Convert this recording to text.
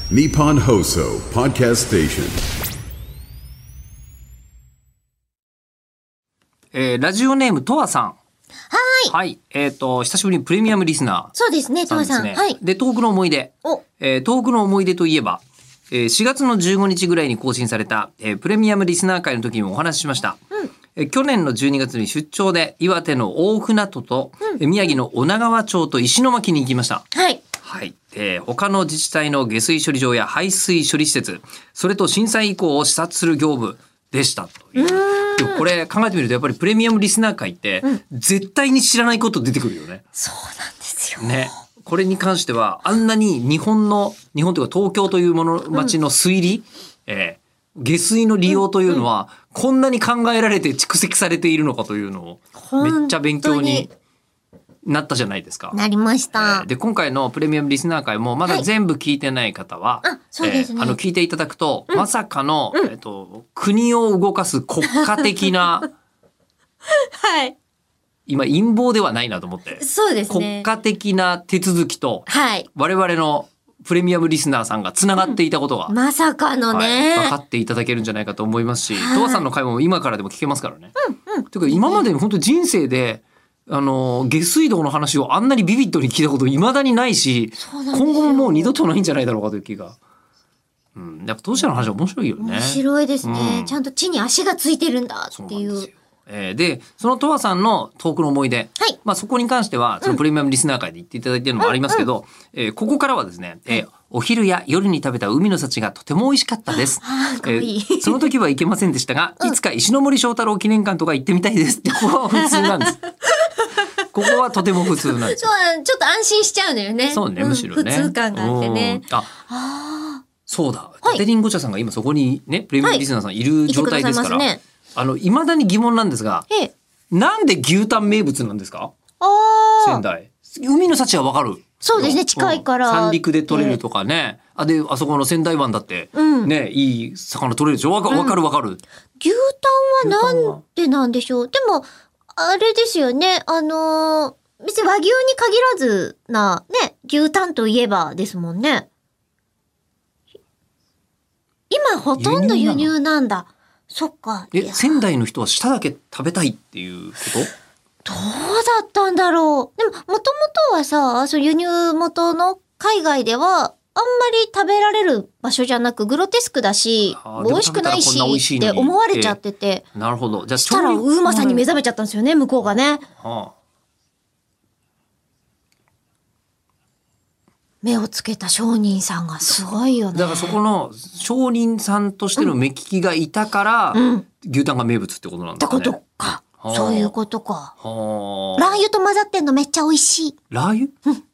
Nippon Hoso Podcast Station。 ラジオネームとわさん。 はい。 はい。久しぶりにプレミアムリスナー。 そうですね、とわさん。はい。 で、遠くの思い出。 お、 遠くの思い出といえば、4月の15日ぐらいに更新された、プレミアムリスナー会の時にもお話ししました。去年の12月に出張で岩手の大船渡と、宮城の女川町と石巻に行きました。 はい。 はい。他の自治体の下水処理場や排水処理施設、それと震災遺構を視察する業務でしたという。でもこれ考えてみるとやっぱりプレミアムリスナー会って、絶対に知らないこと出てくるよね。 そうなんですよ。 ね。これに関してはあんなに日本というか東京という町の水利、下水の利用というのは、こんなに考えられて蓄積されているのかというのをめっちゃ勉強になったじゃないですか。 なりました。 で今回のプレミアムリスナー会もまだ全部聞いてない方は、 そうですね。 聞いていただくと、まさかの、国を動かす国家的なはい。 今陰謀ではないなと思って、 そうですね。 国家的な手続きと、 はい。 我々のプレミアムリスナーさんがつながっていたことが、 まさかのね、 分かっていただけるんじゃないかと思いますし、とわさんの会も今からでも聞けますからね。というか今まで本当人生で下水道の話をあんなにビビッドに聞いたこと未だにないし、今後ももう二度とないんじゃないだろうかという気が。やっぱ当事者の話は面白いよね。 面白いですね。ちゃんと地に足がついてるんだっていう。 でそのとわさんの遠くの思い出、 はい、 そこに関してはそのプレミアムリスナー会で言っていただいているのもありますけど、ここからはですね、お昼や夜に食べた海の幸がとても美味しかったです。その時は行けませんでしたが、いつか石ノ森章太郎記念館とか行ってみたいですって。ここは普通なんです。ここはとても普通なんです。 ちょっと安心しちゃうんだよね。 そうね、むしろね。 普通感があってね。 そうだ。カテリンゴ茶さんが今そこにね、プレミアムリスナーさんいる状態ですから。未だに疑問なんですが、なんで牛タン名物なんですか？仙台。海の幸はわかる。 そうですね、近いから。 三陸で取れるとかね。で、あそこの仙台湾だって、ね、いい魚取れるでしょ？わかる。 牛タンはなんでなんでしょう？でも、あれですよね、別に和牛に限らずな、ね、牛タンといえばですもんね。今ほとんど輸入なんだ。そっか。 仙台の人は舌だけ食べたいっていうこと？ どうだったんだろう。でも、もともとはさ、輸入元の海外では、あんまり食べられる場所じゃなく、グロテスクだし、美味しくないしって思われちゃってて。 なるほど。じゃあ、 したら、うまさに目覚めちゃったんですよね、向こうがね。目をつけた商人さんがすごいよね。 だからそこの商人さんとしての目利きがいたから、牛タンが名物ってことなんだね。 ってことか。そういうことか。ラー油と混ざってんのめっちゃ美味しい。 ラー油？